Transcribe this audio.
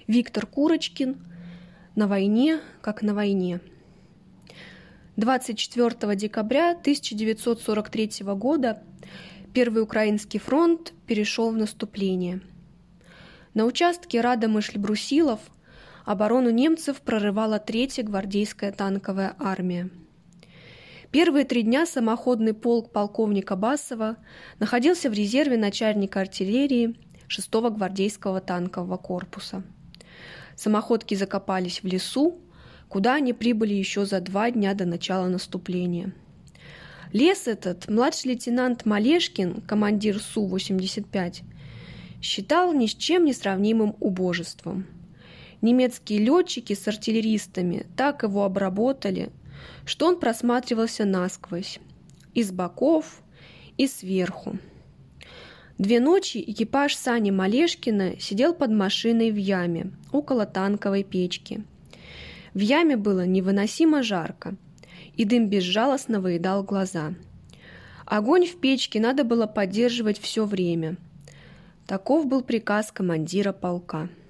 Виктор Курочкин. На войне, как на войне. 24 декабря 1943 года Первый Украинский фронт перешел в наступление. На участке Радомышль-Брусилов оборону немцев прорывала 3-я гвардейская танковая армия. Первые 3 дня самоходный полк полковника Басова находился в резерве начальника артиллерии 6-го гвардейского танкового корпуса. Самоходки закопались в лесу, куда они прибыли еще за 2 дня до начала наступления. Лес этот младший лейтенант Малешкин, командир Су-85, считал ни с чем не сравнимым убожеством. Немецкие летчики с артиллеристами так его обработали, что он просматривался насквозь, и с боков, и сверху. 2 ночи экипаж Сани Малешкина сидел под машиной в яме, около танковой печки. В яме было невыносимо жарко, и дым безжалостно выедал глаза. Огонь в печке надо было поддерживать все время. Таков был приказ командира полка.